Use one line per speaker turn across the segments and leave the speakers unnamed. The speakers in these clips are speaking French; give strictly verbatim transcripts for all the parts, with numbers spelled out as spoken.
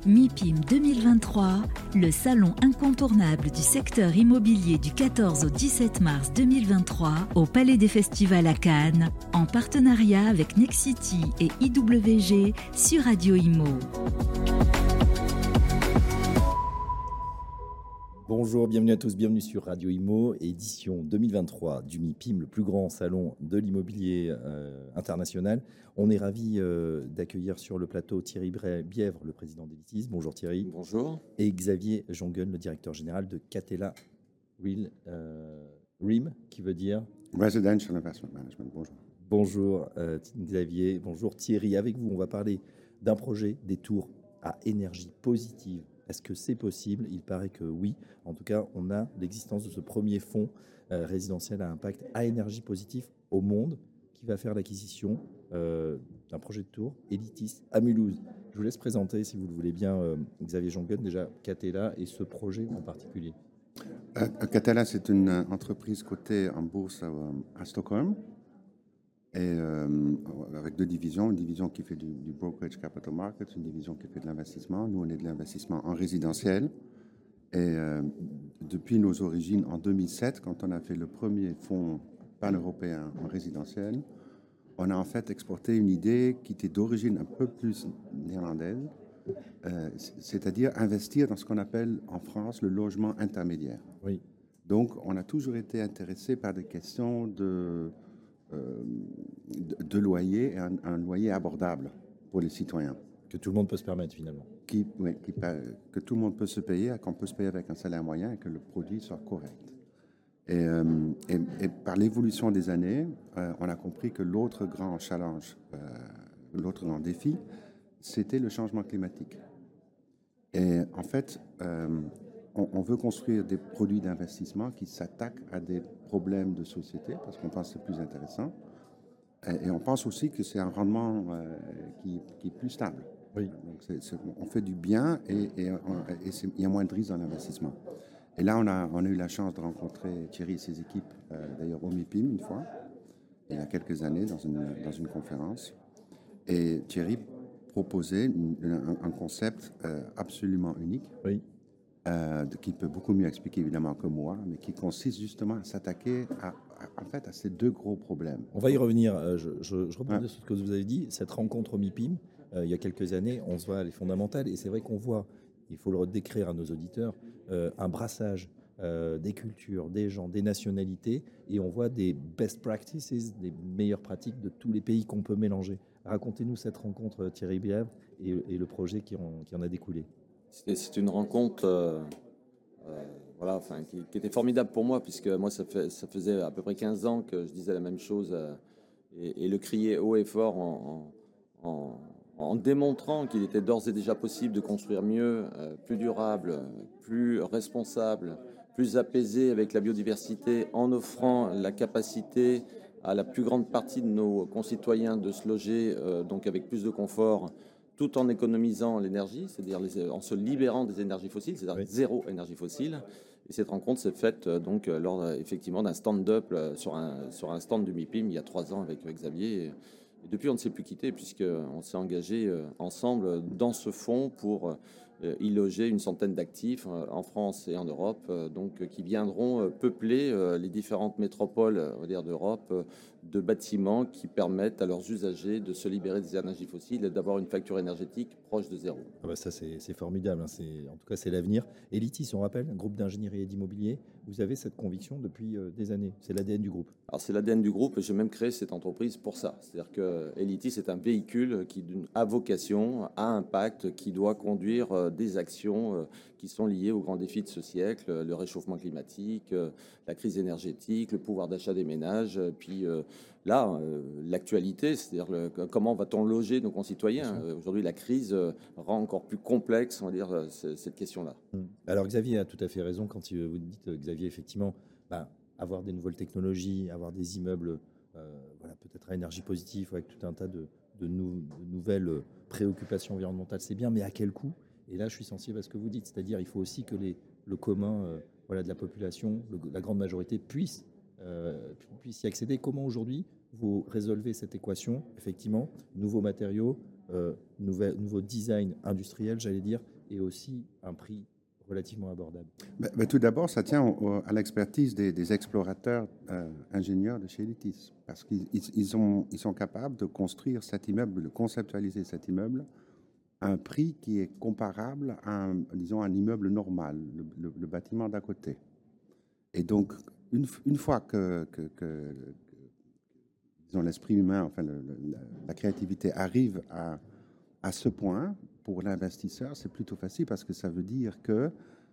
MIPIM deux mille vingt-trois, le salon incontournable du secteur immobilier du quatorze au dix-sept mars deux mille vingt-trois au Palais des Festivals à Cannes, en partenariat avec Nexity et I W G sur Radio Imo.
Bonjour, bienvenue à tous, bienvenue sur Radio Imo, édition deux mille vingt-trois du MIPIM, le plus grand salon de l'immobilier euh, international. On est ravis euh, d'accueillir sur le plateau Thierry Bièvre, le président d'Elitis. Bonjour Thierry.
Bonjour.
Et Xavier Jongen, le directeur général de Catella Real, euh, R I M, qui veut dire
Residential Investment Management. Bonjour.
Bonjour euh, Xavier, bonjour Thierry. Avec vous, on va parler d'un projet des tours à énergie positive. Est-ce que c'est possible? Il paraît que oui. En tout cas, on a l'existence de ce premier fonds euh, résidentiel à impact à énergie positive au monde qui va faire l'acquisition euh, d'un projet de tour, Elitis, à Mulhouse. Je vous laisse présenter, si vous le voulez bien, euh, Xavier Jongen, déjà Catella et ce projet en particulier.
Euh, Catella, c'est une entreprise cotée en bourse à, à Stockholm. Et euh, avec deux divisions, une division qui fait du, du brokerage capital markets, une division qui fait de l'investissement. Nous, on est de l'investissement en résidentiel. Et euh, depuis nos origines en deux mille sept, quand on a fait le premier fonds pan-européen en résidentiel, on a en fait exporté une idée qui était d'origine un peu plus néerlandaise, euh, c'est-à-dire investir dans ce qu'on appelle en France le logement intermédiaire.
Oui.
Donc, on a toujours été intéressé par des questions de... De, de loyer et un, un loyer abordable pour les citoyens.
Que tout le monde peut se permettre finalement.
Qui, oui, qui, que tout le monde peut se payer, qu'on peut se payer avec un salaire moyen et que le produit soit correct. Et, euh, et, et par l'évolution des années, euh, on a compris que l'autre grand challenge, euh, l'autre grand défi, c'était le changement climatique. Et en fait, euh, on, on veut construire des produits d'investissement qui s'attaquent à des problèmes de société, parce qu'on pense que c'est plus intéressant. Et, et on pense aussi que c'est un rendement euh, qui, qui est plus stable.
Oui.
Donc c'est, c'est, on fait du bien et, et, et il y a moins de risques dans l'investissement. Et là, on a, on a eu la chance de rencontrer Thierry et ses équipes, euh, d'ailleurs au MIPIM une fois, il y a quelques années, dans une, dans une conférence. Et Thierry proposait une, un, un concept euh, absolument unique.
Oui.
Euh, qui peut beaucoup mieux expliquer évidemment que moi, mais qui consiste justement à s'attaquer à, à, en fait, à ces deux gros problèmes.
On va y revenir. Euh, je, je, je rebondis ouais. sur ce que vous avez dit. Cette rencontre au MIPIM, euh, il y a quelques années, on se voit les fondamentales, et c'est vrai qu'on voit, il faut le décrire à nos auditeurs, euh, un brassage euh, des cultures, des gens, des nationalités, et on voit des best practices, des meilleures pratiques de tous les pays qu'on peut mélanger. Racontez-nous cette rencontre, Thierry Bièvre, et, et le projet qui en, qui en a découlé.
C'est une rencontre euh, euh, voilà, enfin, qui, qui était formidable pour moi, puisque moi, ça, fait, ça faisait à peu près quinze ans que je disais la même chose euh, et, et le crier haut et fort en, en, en, en démontrant qu'il était d'ores et déjà possible de construire mieux, euh, plus durable, plus responsable, plus apaisé avec la biodiversité, en offrant la capacité à la plus grande partie de nos concitoyens de se loger euh, donc avec plus de confort, tout en économisant l'énergie, c'est-à-dire les, en se libérant des énergies fossiles, c'est-à-dire oui. zéro énergie fossile. Et cette rencontre s'est faite euh, donc lors effectivement d'un stand-up euh, sur un sur un stand du MIPIM il y a trois ans avec Xavier. Et, et depuis, on ne s'est plus quitté puisqu'on s'est engagé euh, ensemble dans ce fonds pour euh, y loger une centaine d'actifs euh, en France et en Europe, euh, donc euh, qui viendront euh, peupler euh, les différentes métropoles, on va dire, d'Europe, euh, de bâtiments qui permettent à leurs usagers de se libérer des énergies fossiles et d'avoir une facture énergétique proche de zéro.
Ah bah ça, c'est, c'est formidable. Hein. C'est, en tout cas, c'est l'avenir. Elitis, on rappelle, un groupe d'ingénierie et d'immobilier. Vous avez cette conviction depuis euh, des années. C'est l'A D N du groupe.
Alors, c'est l'A D N du groupe et j'ai même créé cette entreprise pour ça. C'est-à-dire que Elitis est un véhicule qui a vocation, à impact, qui doit conduire euh, des actions euh, qui sont liées aux grands défis de ce siècle, euh, le réchauffement climatique, euh, la crise énergétique, le pouvoir d'achat des ménages, euh, puis euh, là, euh, l'actualité, c'est-à-dire le, comment va-t-on loger nos concitoyens. euh, Aujourd'hui, la crise euh, rend encore plus complexe, on va dire, euh, cette question-là.
Alors Xavier a tout à fait raison quand il, vous dites, Xavier, effectivement, bah, avoir des nouvelles technologies, avoir des immeubles, euh, voilà, peut-être à énergie positive, avec tout un tas de, de, nou, de nouvelles préoccupations environnementales, c'est bien, mais à quel coût? Et là, je suis sensible à ce que vous dites, c'est-à-dire il faut aussi que les, le commun euh, voilà, de la population, le, la grande majorité, puisse, euh, puisse y accéder. Comment aujourd'hui vous résolvez cette équation? Effectivement, nouveaux matériaux, euh, nouvel, nouveau design industriel, j'allais dire, et aussi un prix relativement abordable?
Ben, ben, tout d'abord, ça tient au, à l'expertise des, des explorateurs euh, ingénieurs de chez Editis, parce qu'ils ils, ils ont, ils sont capables de construire cet immeuble, de conceptualiser cet immeuble à un prix qui est comparable à, un, disons, un immeuble normal, le, le, le bâtiment d'à côté. Et donc, une, une fois que, que, que, que disons, l'esprit humain, enfin, le, le, la, la créativité arrive à, à ce point, pour l'investisseur, c'est plutôt facile parce que ça veut dire que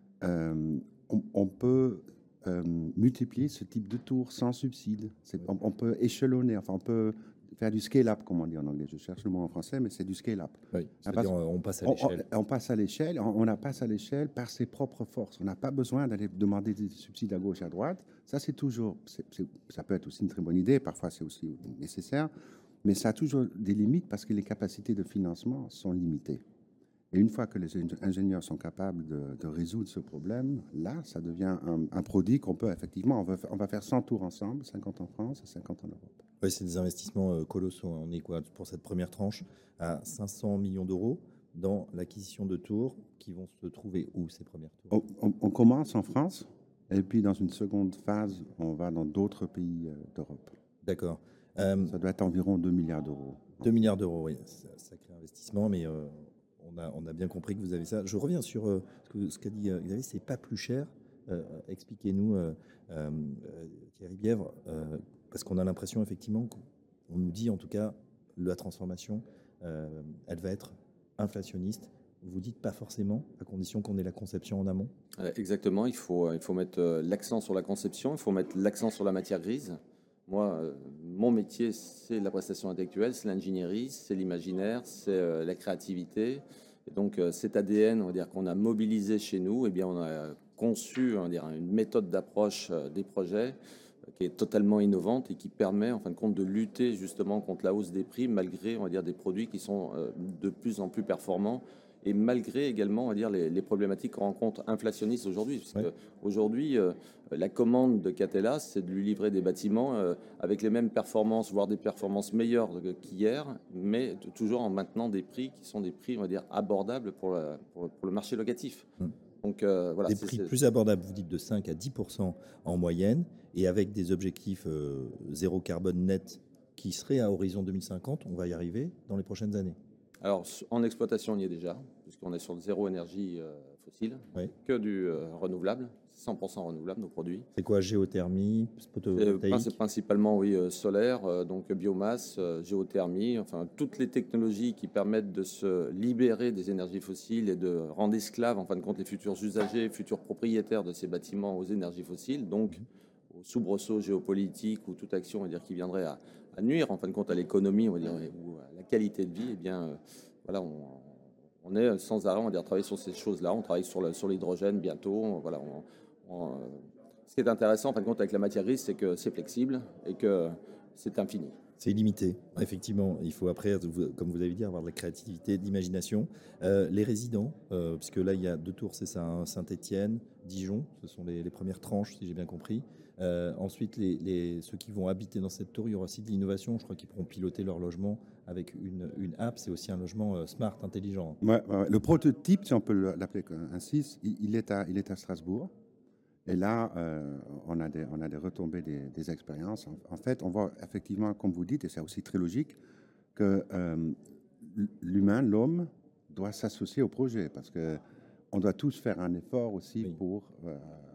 euh, on, on peut euh, multiplier ce type de tour sans subside. On, on peut échelonner, enfin, on peut faire du scale-up, comme on dit en anglais. Je cherche le mot en français, mais c'est du scale-up.
Oui, c'est-à-dire on passe à l'échelle.
On, on passe à l'échelle, on, on passe à l'échelle par ses propres forces. On n'a pas besoin d'aller demander des subsides à gauche, à droite. Ça, c'est toujours, c'est, c'est, ça peut être aussi une très bonne idée, parfois c'est aussi nécessaire, mais ça a toujours des limites parce que les capacités de financement sont limitées. Et une fois que les ingénieurs sont capables de, de résoudre ce problème, là, ça devient un, un produit qu'on peut effectivement, on va, on va faire cent tours ensemble, cinquante en France et cinquante en Europe.
Oui, c'est des investissements euh, colossaux. On est quoi pour cette première tranche à cinq cents millions d'euros dans l'acquisition de tours qui vont se trouver où ces premières tours?
on, on, on commence en France et puis dans une seconde phase, on va dans d'autres pays euh, d'Europe.
D'accord. Euh,
ça doit être environ deux milliards d'euros.
deux milliards d'euros, oui. C'est un sacré investissement, mais euh, on, a, on a bien compris que vous avez ça. Je reviens sur euh, ce, que, ce qu'a dit euh, Xavier, c'est pas plus cher. Euh, expliquez-nous, euh, euh, Thierry Bièvre, euh, parce qu'on a l'impression effectivement qu'on nous dit en tout cas la transformation, euh, elle va être inflationniste. Vous dites pas forcément, à condition qu'on ait la conception en amont.
Exactement, il faut, il faut mettre l'accent sur la conception, il faut mettre l'accent sur la matière grise. Moi, euh, mon métier, c'est la prestation intellectuelle, c'est l'ingénierie, c'est l'imaginaire, c'est euh, la créativité. Et donc, euh, cet A D N, on va dire qu'on a mobilisé chez nous, eh bien, on a conçu, on va dire, une méthode d'approche euh, des projets euh, qui est totalement innovante et qui permet, en fin de compte, de lutter justement contre la hausse des prix, malgré, on va dire, des produits qui sont euh, de plus en plus performants. Et malgré également, on va dire, les, les problématiques qu'on rencontre inflationnistes aujourd'hui. Parce
ouais.
qu'aujourd'hui, euh, la commande de Catella, c'est de lui livrer des bâtiments euh, avec les mêmes performances, voire des performances meilleures qu'hier, mais de, toujours en maintenant des prix qui sont des prix, on va dire, abordables pour, la, pour, pour le marché locatif.
Hum.
Donc, euh, voilà,
des
c'est,
prix
c'est...
plus abordables, vous dites de cinq à dix pour cent en moyenne, et avec des objectifs euh, zéro carbone net qui seraient à horizon deux mille cinquante, on va y arriver dans les prochaines années.
Alors, en exploitation, on y est déjà, puisqu'on est sur le zéro énergie euh, fossile,
oui.
que du euh, renouvelable, cent pour cent renouvelable, nos produits.
C'est quoi, géothermie, photovoltaïque?
C'est principalement, oui, euh, solaire, euh, donc biomasse, euh, géothermie, enfin, toutes les technologies qui permettent de se libérer des énergies fossiles et de rendre esclaves, en fin de compte, les futurs usagers, futurs propriétaires de ces bâtiments aux énergies fossiles, donc mmh. au soubresaut géopolitique ou toute action, on va dire, qui viendrait à à nuire en fin de compte à l'économie, on va dire, ou à la qualité de vie, eh bien, euh, voilà, on, on est sans arrêt, on va dire, travailler sur ces choses-là. On travaille sur, le, sur l'hydrogène bientôt. On, voilà, on, on, euh, ce qui est intéressant en fin de compte avec la matière grise, c'est que c'est flexible et que c'est infini.
C'est illimité, effectivement. Il faut après, comme vous avez dit, avoir de la créativité, de l'imagination. Euh, les résidents, euh, puisque là, il y a deux tours, c'est ça, hein, Saint-Étienne, Dijon, ce sont les, les premières tranches, si j'ai bien compris. Euh, ensuite, les, les, ceux qui vont habiter dans cette tour, il y aura aussi de l'innovation. Je crois qu'ils pourront piloter leur logement avec une, une app. C'est aussi un logement euh, smart, intelligent.
Ouais, ouais. Le prototype, si on peut l'appeler ainsi, il est à, il est à Strasbourg. Et là, euh, on, a des, on a des retombées des, des expériences. En, en fait, on voit effectivement, comme vous dites, et c'est aussi très logique, que euh, l'humain, l'homme, doit s'associer au projet parce qu'on doit tous faire un effort aussi oui. pour, euh,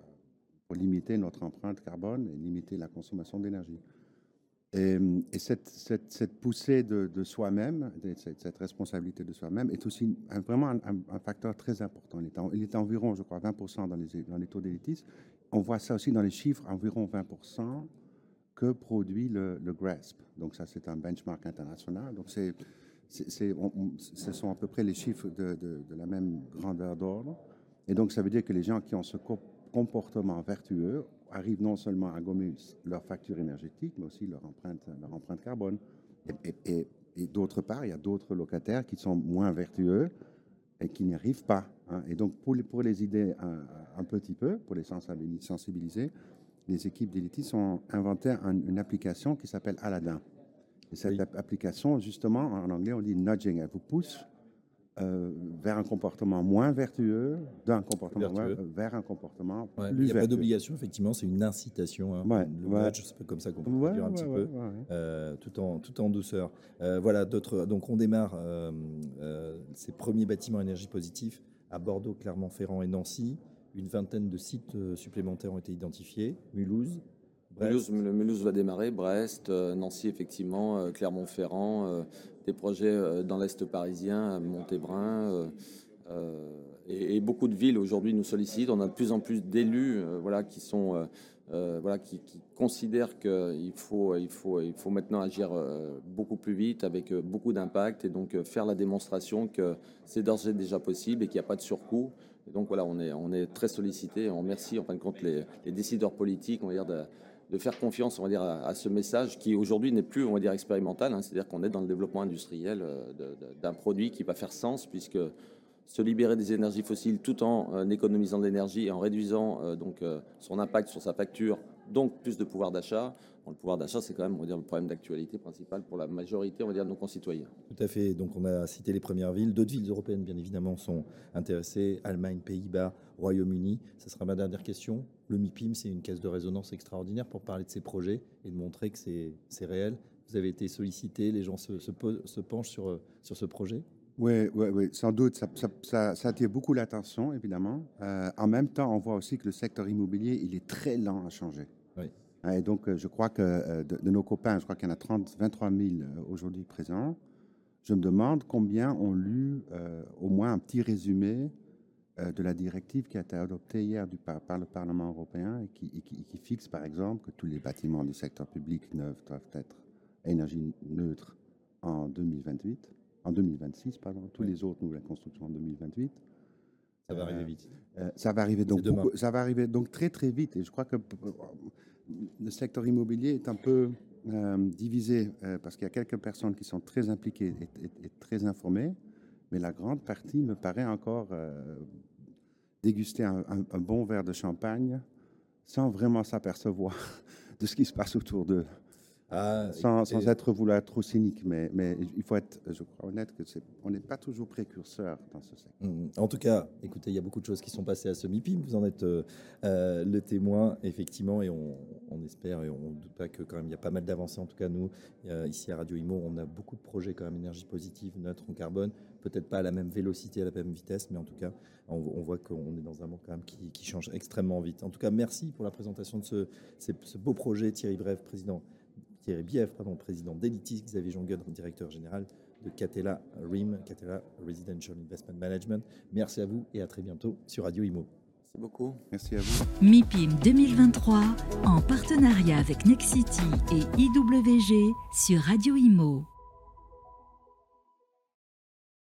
pour limiter notre empreinte carbone et limiter la consommation d'énergie. Et, et cette, cette, cette poussée de, de soi-même, de, cette, cette responsabilité de soi-même est aussi un, vraiment un, un facteur très important. Il est, en, il est environ, je crois, vingt pour cent dans les, dans les taux d'Editis. On voit ça aussi dans les chiffres, environ vingt pour cent que produit le, le GRESB. Donc ça, c'est un benchmark international. Donc c'est, c'est, c'est, on, on, ce sont à peu près les chiffres de, de, de la même grandeur d'ordre. Et donc ça veut dire que les gens qui ont ce comportement vertueux arrivent non seulement à gommer leur facture énergétique, mais aussi leur empreinte, leur empreinte carbone. Et, et, et, et d'autre part, il y a d'autres locataires qui sont moins vertueux et qui n'y arrivent pas. Hein. Et donc, pour les, pour les aider un, un petit peu, pour les sensibiliser, les équipes d'Editis ont inventé un, une application qui s'appelle Aladdin. Et cette oui. application, justement, en anglais, on dit nudging. Elle vous pousse euh, vers un comportement moins vertueux, d'un comportement
Vertueux.
moins- vers un comportement
Ouais,
plus
il n'y a pas
vertueux.
d'obligation, effectivement, c'est une incitation. Hein.
Ouais,
le
ouais.
badge, c'est pas comme ça qu'on peut
Ouais,
dire un
ouais,
petit
ouais,
peu,
ouais, ouais.
euh, tout, en, tout en douceur. Euh, voilà, d'autres. Donc, on démarre euh, euh, ces premiers bâtiments énergie positive à Bordeaux, Clermont-Ferrand et Nancy. Une vingtaine de sites euh, supplémentaires ont été identifiés. Mulhouse, Brest.
Mulhouse, le Mulhouse va démarrer, Brest, euh, Nancy effectivement, euh, Clermont-Ferrand, euh, des projets euh, dans l'Est parisien, à Montébrun, euh, euh, et, et beaucoup de villes aujourd'hui nous sollicitent. On a de plus en plus d'élus, euh, voilà, qui sont, euh, euh, voilà, qui, qui considèrent qu'il faut, il faut, il faut maintenant agir euh, beaucoup plus vite, avec euh, beaucoup d'impact, et donc euh, faire la démonstration que c'est d'ores et déjà possible et qu'il n'y a pas de surcoût. Et donc voilà, on est, on est très sollicité. On remercie en fin de compte les, les décideurs politiques, on va dire, de, de faire confiance, on va dire, à, à ce message qui aujourd'hui n'est plus, on va dire, expérimental. Hein, c'est-à-dire qu'on est dans le développement industriel euh, de, de, d'un produit qui va faire sens, puisque se libérer des énergies fossiles tout en euh, économisant de l'énergie et en réduisant euh, donc euh, son impact sur sa facture, donc plus de pouvoir d'achat. Bon, le pouvoir d'achat, c'est quand même, on va dire, le problème d'actualité principal pour la majorité, on va dire, de nos concitoyens.
Tout à fait. Donc, on a cité les premières villes. D'autres villes européennes, bien évidemment, sont intéressées. Allemagne, Pays-Bas, Royaume-Uni. Ça sera ma dernière question. Le MIPIM, c'est une caisse de résonance extraordinaire pour parler de ces projets et de montrer que c'est, c'est réel. Vous avez été sollicité, les gens se, se, posent, se penchent sur, sur ce projet.
Oui, oui, oui, sans doute. Ça, ça, ça, ça attire beaucoup l'attention, évidemment. Euh, en même temps, on voit aussi que le secteur immobilier, il est très lent à changer.
Oui.
Et donc, euh, je crois que euh, de, de nos copains, je crois qu'il y en a trente, vingt-trois mille euh, aujourd'hui présents. Je me demande combien ont lu euh, au moins un petit résumé euh, de la directive qui a été adoptée hier du, par, par le Parlement européen et qui, et qui, qui fixe, par exemple, que tous les bâtiments du secteur public neuf doivent être énergie neutre en deux mille vingt-huit. En deux mille vingt-six, pardon. Tous
Oui.
les autres nouvelles constructions en deux mille vingt-huit.
Ça va
Euh,
arriver vite.
Euh, ça va arriver donc
C'est demain.
beaucoup- ça va arriver donc très très vite. Et je crois que euh, le secteur immobilier est un peu euh, divisé euh, parce qu'il y a quelques personnes qui sont très impliquées et, et- et très informées, mais la grande partie me paraît encore euh, déguster un, un- un bon verre de champagne sans vraiment s'apercevoir de ce qui se passe autour d'eux.
Ah,
Sans,
écoutez,
sans être vouloir être trop cynique, mais, mais il faut être, je crois, honnête que c'est, on n'est pas toujours précurseur dans ce secteur.
Mm. En tout cas, écoutez, il y a beaucoup de choses qui sont passées à ce MIPIM. Vous en êtes euh, euh, le témoin, effectivement, et on, on espère et on ne doute pas que quand même il y a pas mal d'avancées. En tout cas, nous, euh, ici à Radio Imo, on a beaucoup de projets quand même énergie positive, neutre en carbone. Peut-être pas à la même vélocité, à la même vitesse, mais en tout cas, on, on voit qu'on est dans un monde quand même qui, qui change extrêmement vite. En tout cas, merci pour la présentation de ce, ce, ce beau projet, Thierry Brève, président. Thierry Bièvre, pardon, président d'Elitis, Xavier Jonguin, directeur général de Catella R I M, Catella Residential Investment Management. Merci à vous et à très bientôt sur Radio Imo.
Merci beaucoup.
Merci à vous.
MIPIM deux mille vingt-trois en partenariat avec Nexity et I W G sur Radio Imo.